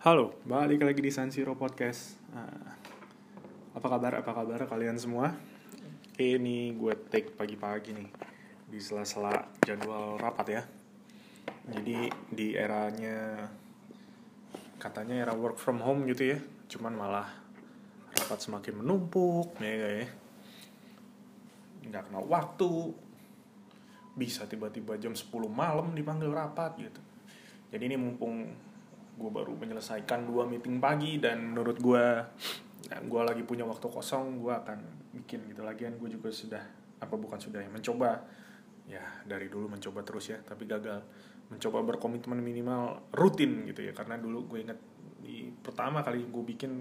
Halo, balik lagi di San Siro Podcast. Apa kabar kalian semua? Ini gue take pagi-pagi nih, di sela-sela jadwal rapat ya. Jadi di eranya, katanya era work from home gitu ya. Cuman malah rapat semakin menumpuk, ya. Nggak kenal waktu. Bisa tiba-tiba jam 10 malam dipanggil rapat gitu. Jadi ini mumpung gue baru menyelesaikan 2 meeting pagi dan menurut gue lagi punya waktu kosong, gue akan bikin gitu. Lagian gue juga mencoba ya, dari dulu mencoba terus ya, tapi gagal mencoba berkomitmen minimal rutin gitu ya. Karena dulu gue ingat di pertama kali gue bikin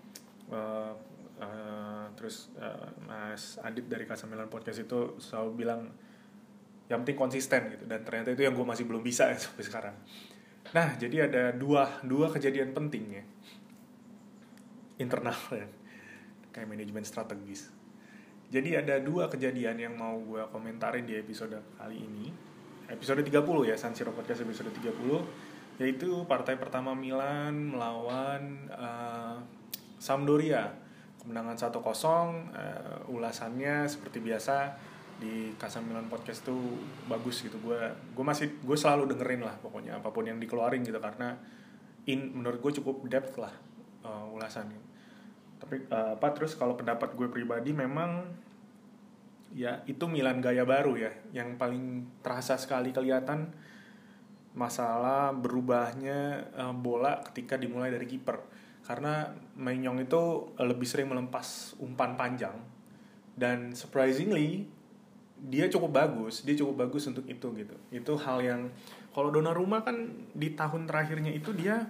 Mas Adit dari K9 Podcast itu selalu bilang yang penting konsisten gitu, dan ternyata itu yang gue masih belum bisa ya, sampai sekarang. Nah, jadi ada dua kejadian penting ya, internal ya, kayak manajemen strategis. Jadi ada 2 kejadian yang mau gue komentarin di episode kali ini. Episode 30 ya, San Siro Podcast episode 30. Yaitu partai pertama Milan melawan Sampdoria. Kemenangan 1-0, ulasannya seperti biasa di K9 Podcast tuh bagus gitu. Gue selalu dengerin lah pokoknya apapun yang dikeluarin gitu, karena menurut gue cukup depth lah ulasannya. Tapi terus kalau pendapat gue pribadi, memang ya itu Milan gaya baru ya, yang paling terasa sekali kelihatan masalah berubahnya bola ketika dimulai dari kiper. Karena Maignan itu lebih sering melempas umpan panjang, dan surprisingly dia cukup bagus untuk itu gitu. Itu hal yang kalau Donnarumma kan di tahun terakhirnya itu dia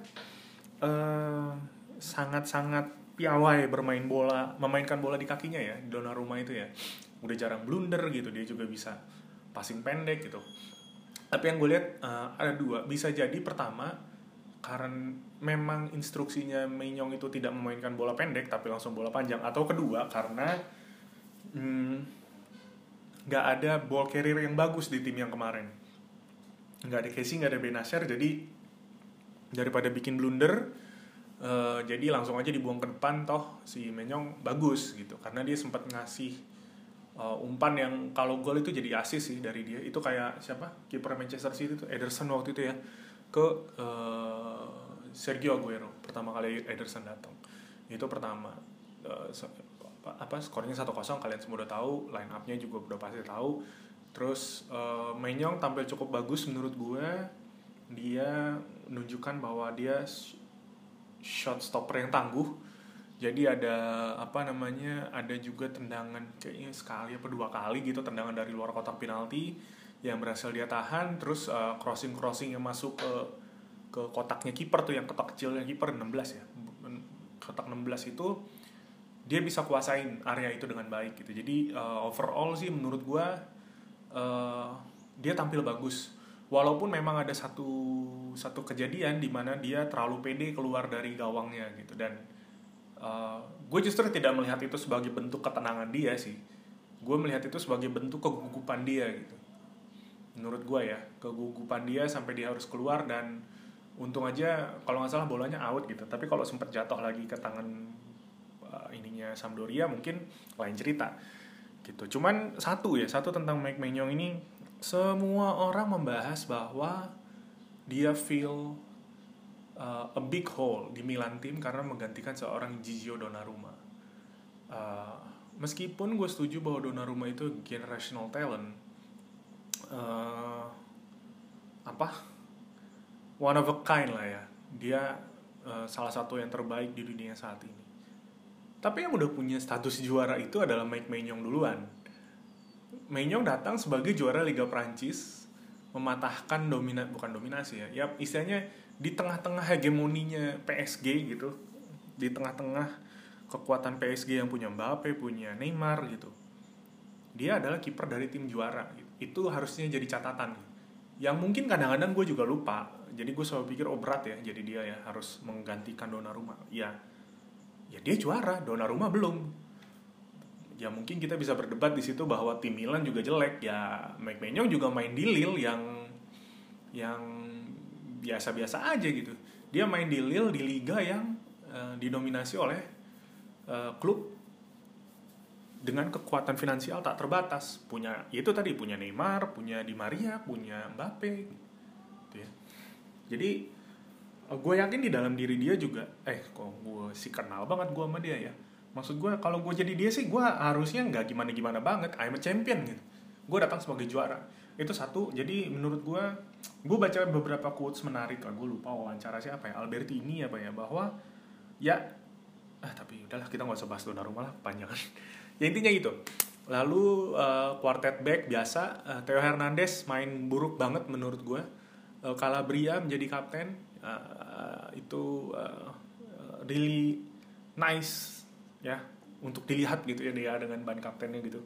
sangat-sangat piawai memainkan bola di kakinya ya, Donnarumma itu ya. Udah jarang blunder gitu, dia juga bisa passing pendek gitu. Tapi yang gue lihat ada 2, bisa jadi pertama karena memang instruksinya Maignan itu tidak memainkan bola pendek tapi langsung bola panjang, atau kedua karena nggak ada ball carrier yang bagus di tim yang kemarin. Nggak ada Casey, nggak ada Benacer, jadi daripada bikin blunder, jadi langsung aja dibuang ke depan. Toh si Maignan bagus gitu, karena dia sempat ngasih umpan yang kalau gol itu jadi assist sih dari dia. Itu kayak siapa, kiper Manchester City itu, Ederson waktu itu ya, ke Sergio Aguero pertama kali Ederson datang. Itu pertama. Skornya 1-0, kalian semua udah tahu, line up-nya juga udah pasti tahu. Terus Maignan tampil cukup bagus menurut gue. Dia menunjukkan bahwa dia shot stopper yang tangguh. Jadi ada ada juga tendangan kayaknya sekali apa 2 kali gitu, tendangan dari luar kotak penalti yang berhasil dia tahan. Terus crossing yang masuk ke kotaknya kiper tuh, yang kotak kecilnya kiper 16 ya. Kotak 16 itu dia bisa kuasain area itu dengan baik gitu. Jadi overall sih menurut gue dia tampil bagus. Walaupun memang ada satu kejadian di mana dia terlalu pede keluar dari gawangnya gitu, dan gue justru tidak melihat itu sebagai bentuk ketenangan dia sih. Gue melihat itu sebagai bentuk kegugupan dia gitu. Menurut gue ya, kegugupan dia sampai dia harus keluar, dan untung aja kalau nggak salah bolanya out gitu. Tapi kalau sempat jatuh lagi ke tangan ininya Sampdoria mungkin lain cerita gitu. Cuman satu tentang Mike Maignan ini, semua orang membahas bahwa dia feel a big hole di Milan team karena menggantikan seorang Gigio Donnarumma. Meskipun gue setuju bahwa Donnarumma itu generational talent, one of a kind lah ya. Dia salah satu yang terbaik di dunia saat ini. Tapi yang udah punya status juara itu adalah Mike Maignan duluan. Maignan datang sebagai juara Liga Prancis, mematahkan bukan dominasi ya, istilahnya di tengah-tengah hegemoninya PSG gitu, di tengah-tengah kekuatan PSG yang punya Mbappe, punya Neymar gitu. Dia adalah kiper dari tim juara gitu. Itu harusnya jadi catatan yang mungkin kadang-kadang gue juga lupa. Jadi gue selalu pikir berat ya, jadi dia ya harus menggantikan Donnarumma. Ya dia juara, Donnarumma belum. Ya mungkin kita bisa berdebat di situ bahwa tim Milan juga jelek. Ya Mike Maignan juga main di Lille yang biasa-biasa aja gitu. dia main di Lille, di liga yang didominasi oleh klub dengan kekuatan finansial tak terbatas. Punya punya Neymar, punya Di Maria, punya Mbappe gitu ya. Jadi gue yakin di dalam diri dia juga kok gue sih kenal banget gue sama dia ya. Maksud gue kalau gue jadi dia sih gue harusnya nggak gimana-gimana banget. I'm a champion gitu. Gue datang sebagai juara. Itu satu. Jadi menurut gue baca beberapa quotes menarik lah. Gue lupa wawancara siapa ya, Albertini apa ya, bahwa ya tapi udahlah, kita nggak usah bahas Donnarumma lah, panjang. Ya intinya gitu. Lalu quartet back biasa, Theo Hernandez main buruk banget menurut gue. Calabria menjadi kapten, itu really nice ya untuk dilihat gitu ya, dia dengan ban kaptennya gitu.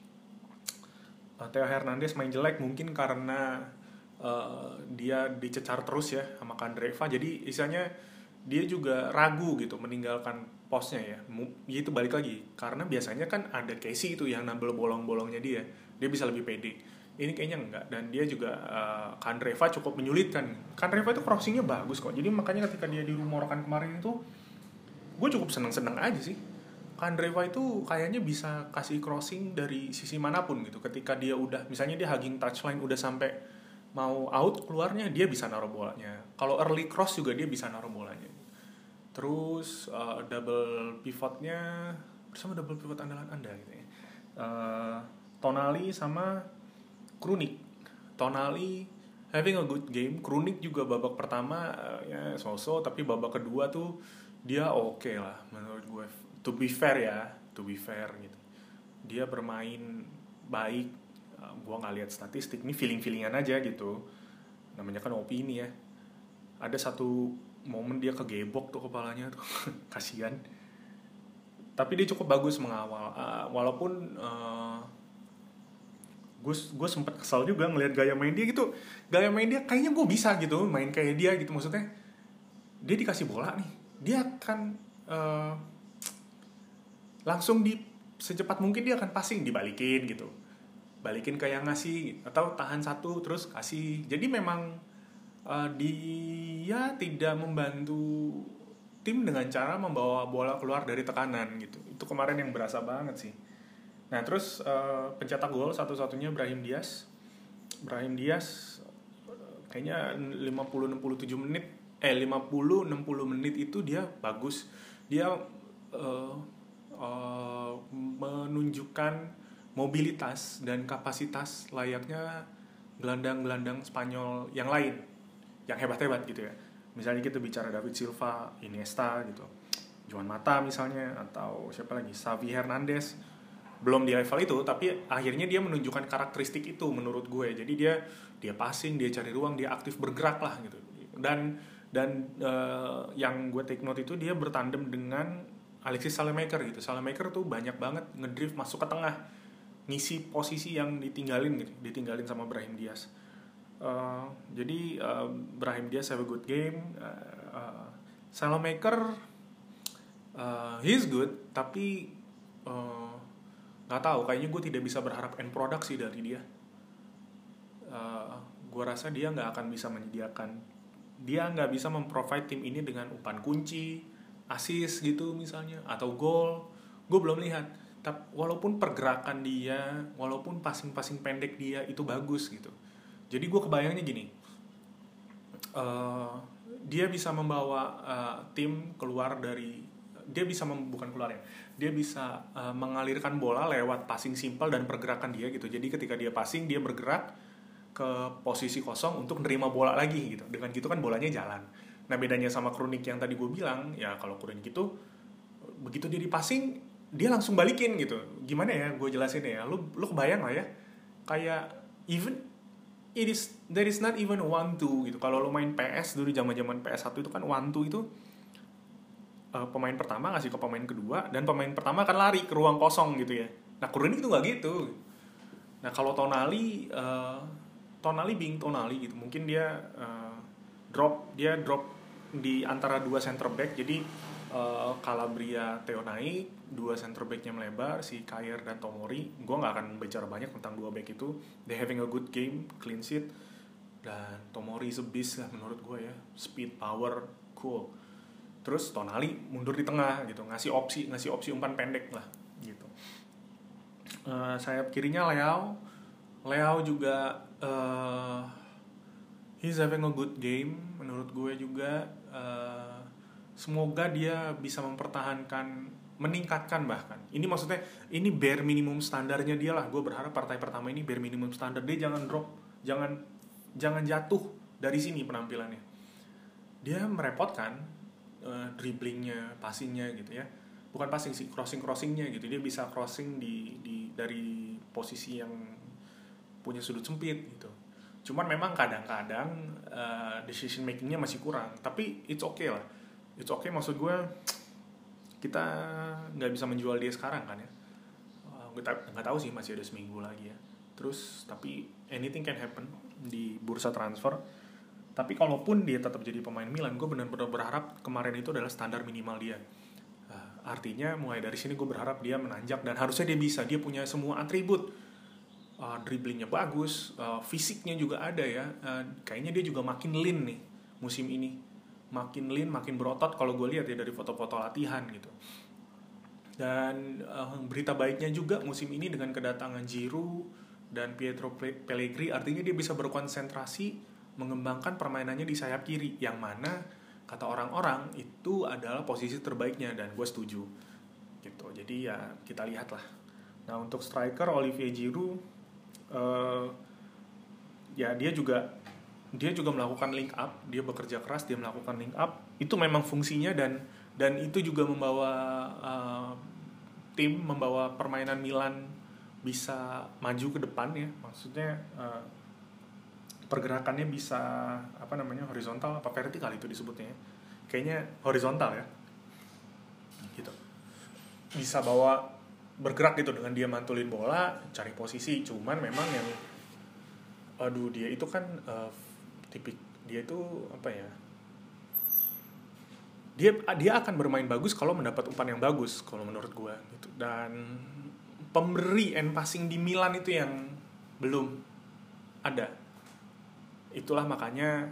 Theo Hernandez main jelek mungkin karena dia dicecar terus ya sama Kandreva, jadi istilahnya dia juga ragu gitu meninggalkan posnya ya. Itu balik lagi karena biasanya kan ada Casey itu yang nambel bolong-bolongnya, dia bisa lebih pede. Ini kayaknya enggak, dan dia juga Kandreva cukup menyulitkan. Kandreva itu crossingnya bagus kok, jadi makanya ketika dia dirumorkan kemarin itu gue cukup seneng-seneng aja sih. Kandreva itu kayaknya bisa kasih crossing dari sisi manapun gitu. Ketika dia udah, misalnya dia hugging touchline udah sampai mau out, keluarnya dia bisa naruh bolanya. Kalau early cross juga dia bisa naruh bolanya. Terus double pivotnya bersama double pivot andalan Anda gitu ya. Tonali sama Krunic. Tonali having a good game. Krunic juga babak pertama ya so-so, tapi babak kedua tuh dia oke lah menurut gue. To be fair gitu. Dia bermain baik. Gue nggak lihat statistik, ini feeling-feelingan aja gitu. Namanya kan opini ya. Ada satu momen dia kegebok tuh kepalanya tuh, kasihan. Tapi dia cukup bagus mengawal. Walaupun gue sempet kesal juga ngelihat gaya main dia gitu. Gaya main dia kayaknya gue bisa gitu main kayak dia gitu. Maksudnya dia dikasih bola nih, dia akan langsung secepat mungkin dia akan passing, dibalikin gitu, balikin ke yang ngasih, atau tahan satu terus kasih. Jadi memang dia tidak membantu tim dengan cara membawa bola keluar dari tekanan gitu. Itu kemarin yang berasa banget sih. Nah terus pencetak gol satu-satunya Brahim Diaz kayaknya 50-60 menit itu dia bagus. Dia menunjukkan mobilitas dan kapasitas layaknya gelandang-gelandang Spanyol yang lain yang hebat-hebat gitu ya. Misalnya kita bicara David Silva, Iniesta gitu, Juan Mata misalnya, atau siapa lagi, Xavi Hernandez. Belum di level itu, tapi akhirnya dia menunjukkan karakteristik itu menurut gue. Jadi dia passing, dia cari ruang, dia aktif bergerak lah gitu. Dan yang gue take note itu dia bertandem dengan Alexis Salemaker gitu. Salemaker tuh banyak banget ngedrift masuk ke tengah, ngisi posisi yang ditinggalin sama Brahim Diaz. Jadi Brahim Diaz have a good game. Salemaker he's good, tapi nggak tahu, kayaknya gue tidak bisa berharap end product sih dari dia. Gue rasa dia nggak akan bisa menyediakan, dia nggak bisa memprovide tim ini dengan umpan kunci, assist gitu misalnya, atau gol. Gue belum lihat. Tapi walaupun pergerakan dia, walaupun passing pendek dia itu bagus gitu. Jadi gue kebayangnya gini, dia bisa membawa tim keluar dari, dia bisa mengalirkan bola lewat passing simple dan pergerakan dia gitu. Jadi ketika dia passing, dia bergerak ke posisi kosong untuk nerima bola lagi gitu. Dengan gitu kan bolanya jalan. Nah bedanya sama Krunic yang tadi gue bilang, ya kalau Krunic itu begitu dia di passing, dia langsung balikin gitu. Gimana ya gue jelasin ya, lu kebayang lah ya, kayak even there is not even 1-2 gitu. Kalau lu main PS dulu, zaman PS1 itu kan 1-2 itu pemain pertama ngasih ke pemain kedua, dan pemain pertama akan lari ke ruang kosong gitu ya. Nah Krunic itu nggak gitu. Nah kalau Tonali being Tonali gitu, mungkin dia drop di antara dua center back. Jadi Calabria, Theo naik, dua center backnya melebar, si Kjaer dan Tomori. Gue nggak akan bicara banyak tentang dua back itu. They having a good game, clean sheet, dan Tomori is a beast lah menurut gue ya. Speed, power, cool. Terus Tonali mundur di tengah gitu, ngasih opsi umpan pendek lah gitu. Sayap kirinya Leao juga he's having a good game menurut gue juga. Semoga dia bisa meningkatkan bahkan. Ini maksudnya ini bare minimum standarnya dia lah. Gue berharap partai pertama ini bare minimum standar, dia jangan drop, jangan jatuh dari sini penampilannya. Dia merepotkan dribblingnya, passingnya gitu ya. Bukan passing sih, crossingnya gitu. Dia bisa crossing dari posisi yang punya sudut sempit gitu. Cuman memang kadang-kadang decision makingnya masih kurang. Tapi it's okay lah. It's okay, maksud gue kita nggak bisa menjual dia sekarang kan ya. Nggak tahu sih, masih ada seminggu lagi ya. Terus tapi anything can happen di bursa transfer. Tapi kalaupun dia tetap jadi pemain Milan, gue benar-benar berharap kemarin itu adalah standar minimal dia. Artinya mulai dari sini gue berharap dia menanjak, dan harusnya dia bisa. Dia punya semua atribut. Dribblingnya bagus, fisiknya juga ada ya. Kayaknya dia juga makin lean nih musim ini. Makin lean, makin berotot kalau gue lihat ya dari foto-foto latihan gitu. Dan berita baiknya juga musim ini dengan kedatangan Giroud dan Pietro Pellegrini, artinya dia bisa berkonsentrasi mengembangkan permainannya di sayap kiri, yang mana kata orang-orang itu adalah posisi terbaiknya, dan gue setuju gitu. Jadi ya kita lihatlah. Nah untuk striker Olivier Giroud, ya dia juga melakukan link up, dia bekerja keras, dia melakukan link up, itu memang fungsinya, dan itu juga membawa tim, membawa permainan Milan bisa maju ke depan ya. Maksudnya pergerakannya bisa horizontal apa vertikal itu disebutnya ya. Kayaknya horizontal ya gitu, bisa bergerak gitu dengan dia mantulin bola, cari posisi. Cuman memang yang dia itu kan dia itu apa ya, dia akan bermain bagus kalau mendapat umpan yang bagus kalau menurut gue gitu. Dan pemberi and passing di Milan itu yang belum ada. Itulah makanya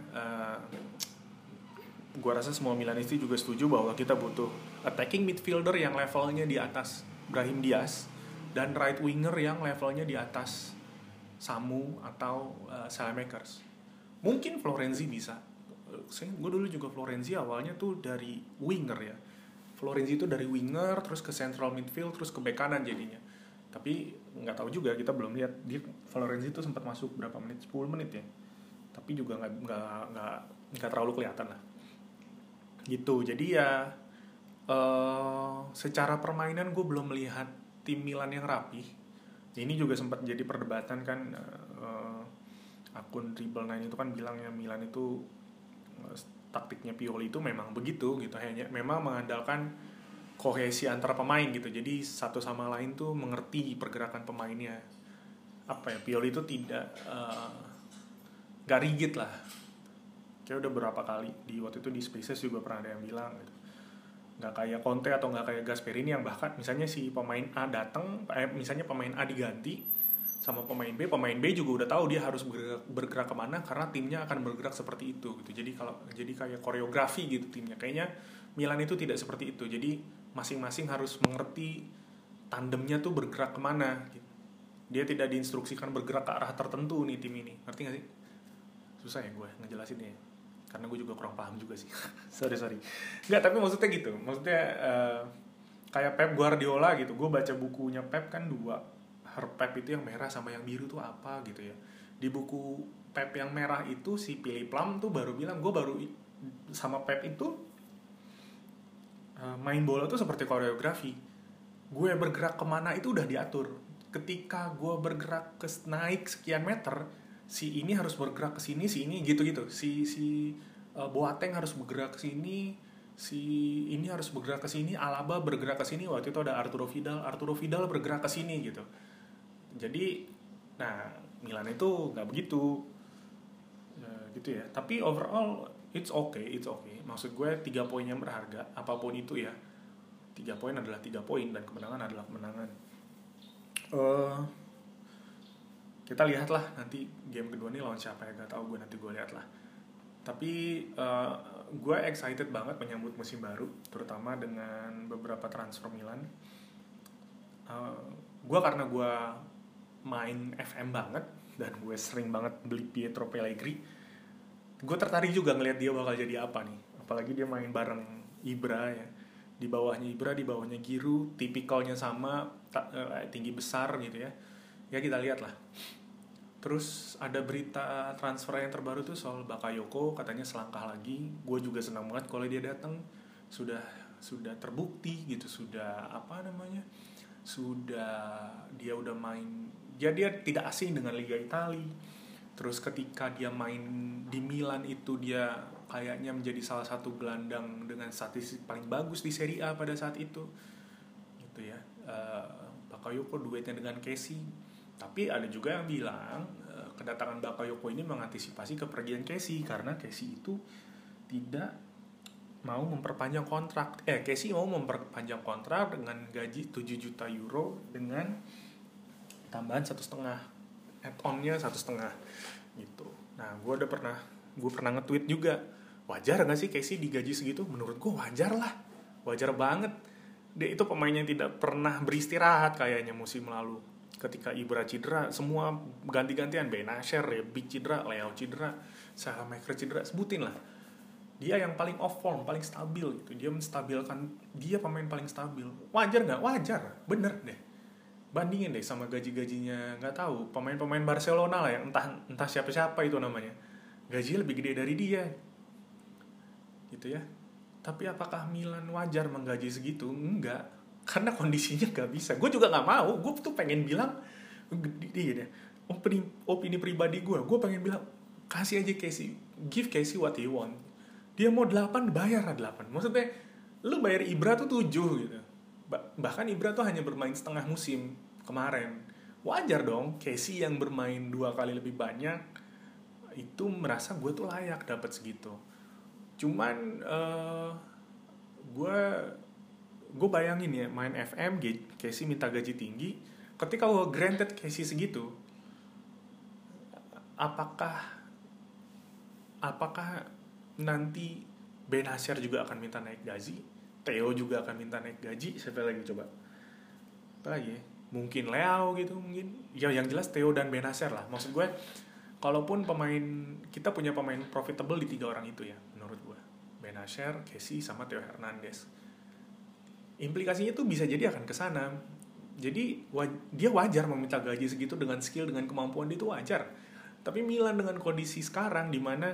gue rasa semua Milanisti juga setuju bahwa kita butuh attacking midfielder yang levelnya di atas Brahim Diaz, dan right winger yang levelnya di atas Samu atau Saelemaekers. Mungkin Florenzi bisa. Gue dulu juga Florenzi awalnya tuh dari winger ya. Florenzi itu dari winger terus ke central midfield terus ke bek kanan jadinya. Tapi nggak tahu juga, kita belum lihat dia. Florenzi itu sempat masuk berapa menit, 10 menit ya. Tapi juga nggak terlalu kelihatan lah. Gitu. Jadi ya secara permainan gue belum melihat tim Milan yang rapi. Ini juga sempat jadi perdebatan kan, akun Dribble9 itu kan bilangnya Milan itu taktiknya Pioli itu memang begitu gitu, hanya memang mengandalkan kohesi antara pemain gitu. Jadi satu sama lain tuh mengerti pergerakan pemainnya. Pioli itu tidak gak rigid lah. Kayak udah berapa kali waktu itu di Spaces juga pernah ada yang bilang gitu. Gak kayak Conte atau gak kayak Gasperini yang bahkan misalnya si pemain A datang, misalnya pemain A diganti sama pemain B juga udah tahu dia harus bergerak kemana karena timnya akan bergerak seperti itu gitu. Jadi kayak koreografi gitu timnya. Kayaknya Milan itu tidak seperti itu. Jadi masing-masing harus mengerti tandemnya tuh bergerak kemana gitu. Dia tidak diinstruksikan bergerak ke arah tertentu nih tim ini. Ngerti gak sih? Susah ya gue ngejelasinnya ya. Karena gue juga kurang paham juga sih. sorry. Nggak, tapi maksudnya gitu. Maksudnya kayak Pep Guardiola gitu. Gue baca bukunya Pep kan 2. Pep itu yang merah sama yang biru tuh apa gitu ya. Di buku Pep yang merah itu si Philip Lahm tuh baru bilang, gue baru sama Pep itu main bola tuh seperti koreografi. Gue bergerak kemana itu udah diatur. Ketika gue bergerak naik sekian meter, si ini harus bergerak ke sini, si ini gitu-gitu. Si Boateng harus bergerak ke sini, si ini harus bergerak ke sini, Alaba bergerak ke sini. Waktu itu ada Arturo Vidal bergerak ke sini gitu. Jadi, nah Milan itu nggak begitu, gitu ya. Tapi overall it's okay. Maksud gue 3 poin yang berharga, apapun itu ya. 3 poin adalah 3 poin dan kemenangan adalah kemenangan. Kita lihatlah nanti game kedua nih lawan siapa ya, gak tahu gue, nanti gue lihat lah. Tapi gue excited banget menyambut musim baru, terutama dengan beberapa transfer Milan. Gue karena gue main FM banget dan gue sering banget beli Pietro Pellegrini, gue tertarik juga ngeliat dia bakal jadi apa nih. Apalagi dia main bareng Ibra ya, di bawahnya Ibra, di bawahnya Giroud, tipikalnya sama, tinggi besar gitu ya. Ya kita lihat lah. Terus ada berita transfer yang terbaru tuh soal Bakayoko, katanya selangkah lagi. Gue juga senang banget kalau dia datang. Sudah terbukti gitu, sudah dia udah main. Ya dia tidak asing dengan Liga Italia. Terus ketika dia main di Milan itu dia kayaknya menjadi salah satu gelandang dengan statistik paling bagus di Serie A pada saat itu. Gitu ya. Bakayoko duetnya dengan Kessie. Tapi ada juga yang bilang kedatangan Bakayoko ini mengantisipasi kepergian Kessie, karena Kessie itu tidak mau memperpanjang kontrak. Kessie mau memperpanjang kontrak dengan gaji 7 juta euro dengan tambahan 1,5, add-onnya 1,5 gitu. Nah, gue pernah nge-tweet juga, wajar nggak sih Kessie digaji segitu? Menurut gue wajar lah, wajar banget. Dia itu pemain yang tidak pernah beristirahat kayaknya musim lalu. Ketika Ibra cedera, semua ganti-gantian. Benacer, Rebic cedera, Leo cedera, Saelemaekers cedera, sebutin lah. Dia yang paling off form, paling stabil gitu. Dia menstabilkan, dia pemain paling stabil. Wajar nggak? Wajar, bener deh. Bandingin deh sama gaji-gajinya, nggak tahu, pemain-pemain Barcelona lah yang entah siapa-siapa itu namanya. Gajinya lebih gede dari dia. Gitu ya. Tapi apakah Milan wajar menggaji segitu? Enggak. Karena kondisinya nggak bisa. Gue juga nggak mau. Gue tuh pengen bilang, gede deh. Opini pribadi gue pengen bilang, kasih aja Kessie, give Kessie what he want. Dia mau 8, bayar 8. Maksudnya, lu bayar Ibra tuh 7 gitu. Bahkan Ibra tuh hanya bermain setengah musim kemarin. Wajar dong, Kessie yang bermain 2 kali lebih banyak, itu merasa gue tuh layak dapat segitu. Cuman, gue bayangin ya, main FM, Kessie minta gaji tinggi. Ketika gue granted Kessie segitu, apakah nanti Benacer juga akan minta naik gaji, Theo juga akan minta naik gaji, siapa lagi coba? Apa lagi ya? Mungkin Leo gitu, mungkin. Ya yang jelas Theo dan Benacer lah. Maksud gue, kalaupun kita punya pemain profitable di 3 orang itu ya, menurut gue. Benacer, Kessie, sama Theo Hernandez. Implikasinya tuh bisa jadi akan ke sana. Jadi dia wajar meminta gaji segitu dengan skill, dengan kemampuan dia itu wajar. Tapi Milan dengan kondisi sekarang di mana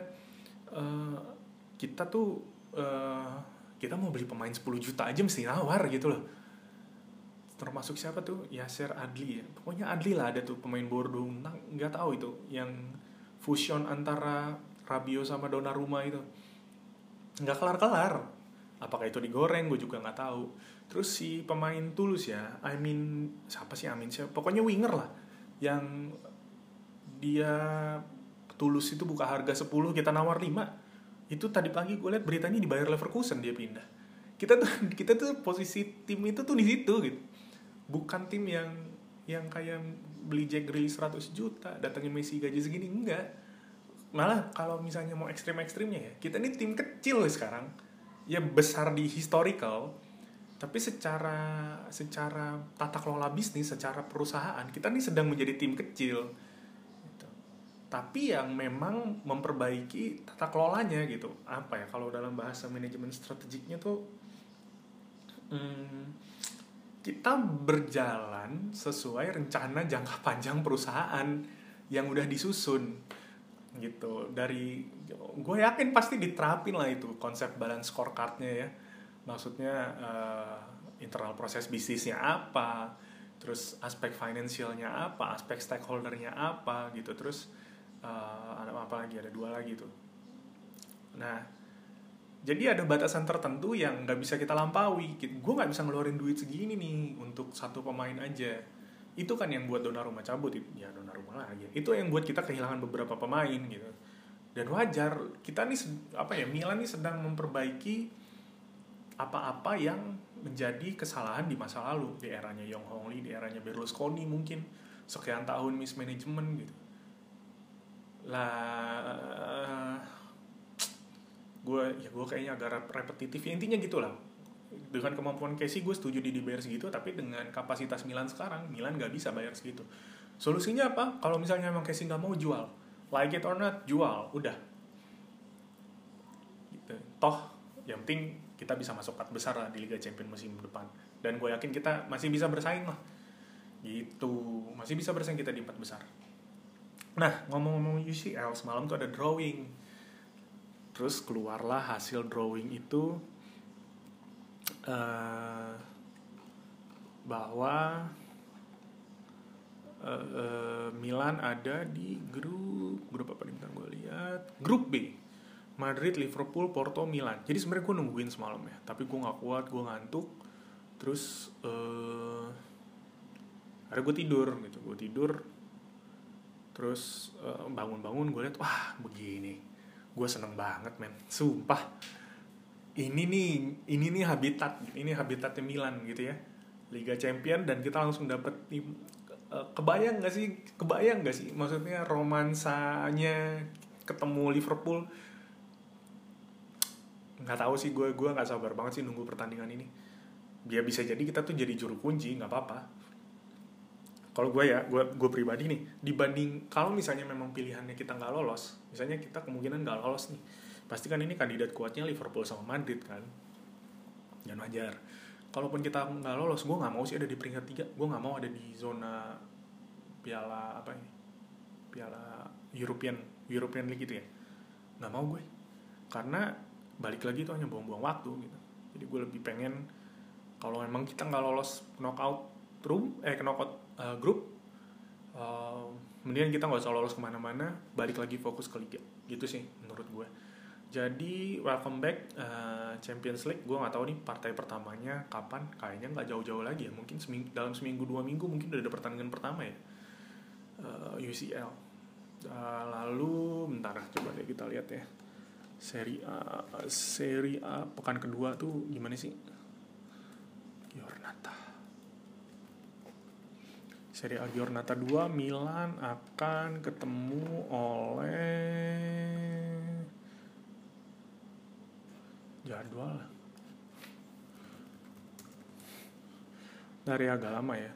kita mau beli pemain 10 juta aja mesti nawar gitu loh. Termasuk siapa tuh? Yasser Adli ya. Pokoknya Adli lah, ada tuh pemain Bordeaux. Nggak tahu itu yang fusion antara Rabiot sama Donnarumma itu. Nggak kelar-kelar. Apakah itu digoreng? Gue juga nggak tahu. Terus si pemain Toulouse ya, siapa sih Amin? Pokoknya winger lah, yang dia Toulouse itu buka harga 10, kita nawar 5. Itu tadi pagi gue lihat beritanya dibayar Leverkusen dia pindah. Kita tuh posisi tim itu tuh di situ gitu. Bukan tim yang kayak beli Jack Grealish 100 juta, datangin Messi gaji segini, enggak. Malah kalau misalnya mau ekstrim-ekstrimnya ya, kita ini tim kecil sekarang. Ya besar di historical, tapi secara tata kelola bisnis, secara perusahaan, kita ini sedang menjadi tim kecil gitu. Tapi yang memang memperbaiki tata kelolanya gitu. Apa ya, kalau dalam bahasa manajemen strategiknya tuh, kita berjalan sesuai rencana jangka panjang perusahaan yang udah disusun gitu. Gue yakin pasti diterapin lah itu konsep balance scorecard-nya ya. Maksudnya internal proses bisnisnya apa, terus aspek finansialnya apa, aspek stakeholder-nya apa gitu. Terus ada apa lagi, ada 2 lagi tuh. Nah, jadi ada batasan tertentu yang nggak bisa kita lampaui. Gue nggak bisa ngeluarin duit segini nih untuk 1 pemain aja. Itu kan yang buat Donnarumma cabut. Ya Donnarumma lagi. Itu yang buat kita kehilangan beberapa pemain gitu. Dan wajar, kita nih Milan nih sedang memperbaiki apa-apa yang menjadi kesalahan di masa lalu, di eranya Yong Hong Lee, di eranya Berlusconi mungkin sekian tahun mismanagement gitu. Lah gue kayaknya agak repetitif ya, intinya gitulah. Dengan kemampuan Casey gue setuju dibayar segitu, tapi dengan kapasitas Milan sekarang, Milan nggak bisa bayar segitu. Solusinya apa? Kalau misalnya emang Casey nggak mau jual, like it or not, jual, udah. Gitu. Toh, yang penting kita bisa masuk 4 besar lah di Liga Champions musim depan. Dan gue yakin kita masih bisa bersaing lah. Gitu, masih bisa bersaing kita di 4 besar. Nah, ngomong-ngomong UCL, semalam tuh ada drawing. Terus keluarlah hasil drawing itu bahwa Milan ada di grup apa nih, bentar gue lihat, grup B, Madrid, Liverpool, Porto, Milan. Jadi sebenarnya gue nungguin semalam ya, tapi gue nggak kuat, gue ngantuk. Terus akhirnya gue tidur. Terus bangun-bangun gue lihat, wah begini, gue seneng banget men, sumpah. Ini nih habitatnya Milan gitu ya, Liga Champion, dan kita langsung dapet tim. Kebayang gak sih maksudnya romansanya ketemu Liverpool. Nggak tahu sih, gue nggak sabar banget sih nunggu pertandingan ini. Dia bisa jadi kita tuh jadi juru kunci, nggak apa-apa. Kalau gue pribadi nih, dibanding kalau misalnya memang pilihannya kita nggak lolos, misalnya kita kemungkinan nggak lolos nih, pasti kan ini kandidat kuatnya Liverpool sama Madrid kan, dan wajar. Kalaupun kita nggak lolos, gue nggak mau sih ada di peringkat 3, gue nggak mau ada di zona piala European League gitu ya, nggak mau gue, karena balik lagi itu hanya buang-buang waktu gitu. Jadi gue lebih pengen kalau memang kita nggak lolos knockout grup, mendingan kita nggak usah lolos kemana-mana, balik lagi fokus ke liga gitu sih menurut gue. Jadi welcome back Champions League. Gue nggak tahu nih partai pertamanya kapan, kayaknya nggak jauh-jauh lagi ya, mungkin dalam seminggu 2 minggu mungkin udah ada pertandingan pertama ya, UCL. Lalu bentar, coba deh kita lihat ya, Serie A pekan kedua tuh gimana sih? Giornata Serie A Giornata 2, Milan akan ketemu oleh jadwal dari agak lama ya.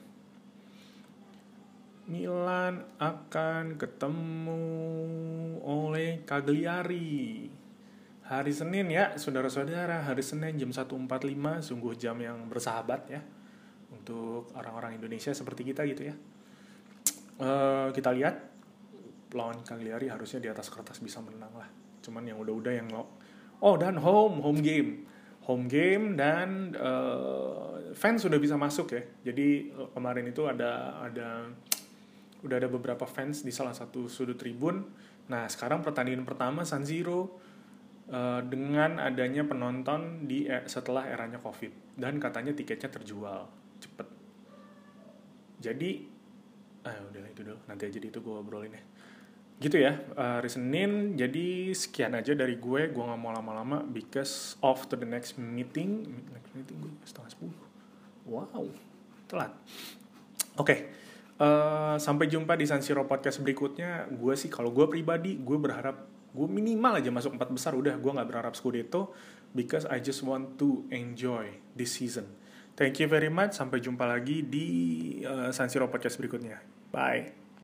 Milan akan ketemu oleh Cagliari hari Senin ya, saudara-saudara. Hari Senin jam 1.45, sungguh jam yang bersahabat ya untuk orang-orang Indonesia seperti kita gitu ya. Kita lihat lawan Cagliari harusnya di atas kertas bisa menang lah. Cuman yang udah-udah yang dan home game dan fans sudah bisa masuk ya. Jadi kemarin itu udah ada beberapa fans di salah satu sudut tribun. Nah, sekarang pertandingan pertama San Siro dengan adanya penonton setelah eranya Covid, dan katanya tiketnya terjual cepet. Jadi udahlah itu dulu, nanti aja itu gue obrolin ya. Gitu ya, hari Senin. Jadi sekian aja dari gue gak mau lama-lama because off to the next meeting gue 9:30. Wow, telat. Oke. Sampai jumpa di San Siro Podcast berikutnya. Gue sih, kalau gue pribadi, gue berharap gue minimal aja masuk 4 besar udah. Gue gak berharap Scudetto because I just want to enjoy this season. Thank you very much. Sampai jumpa lagi di San Siro Podcast berikutnya. Bye.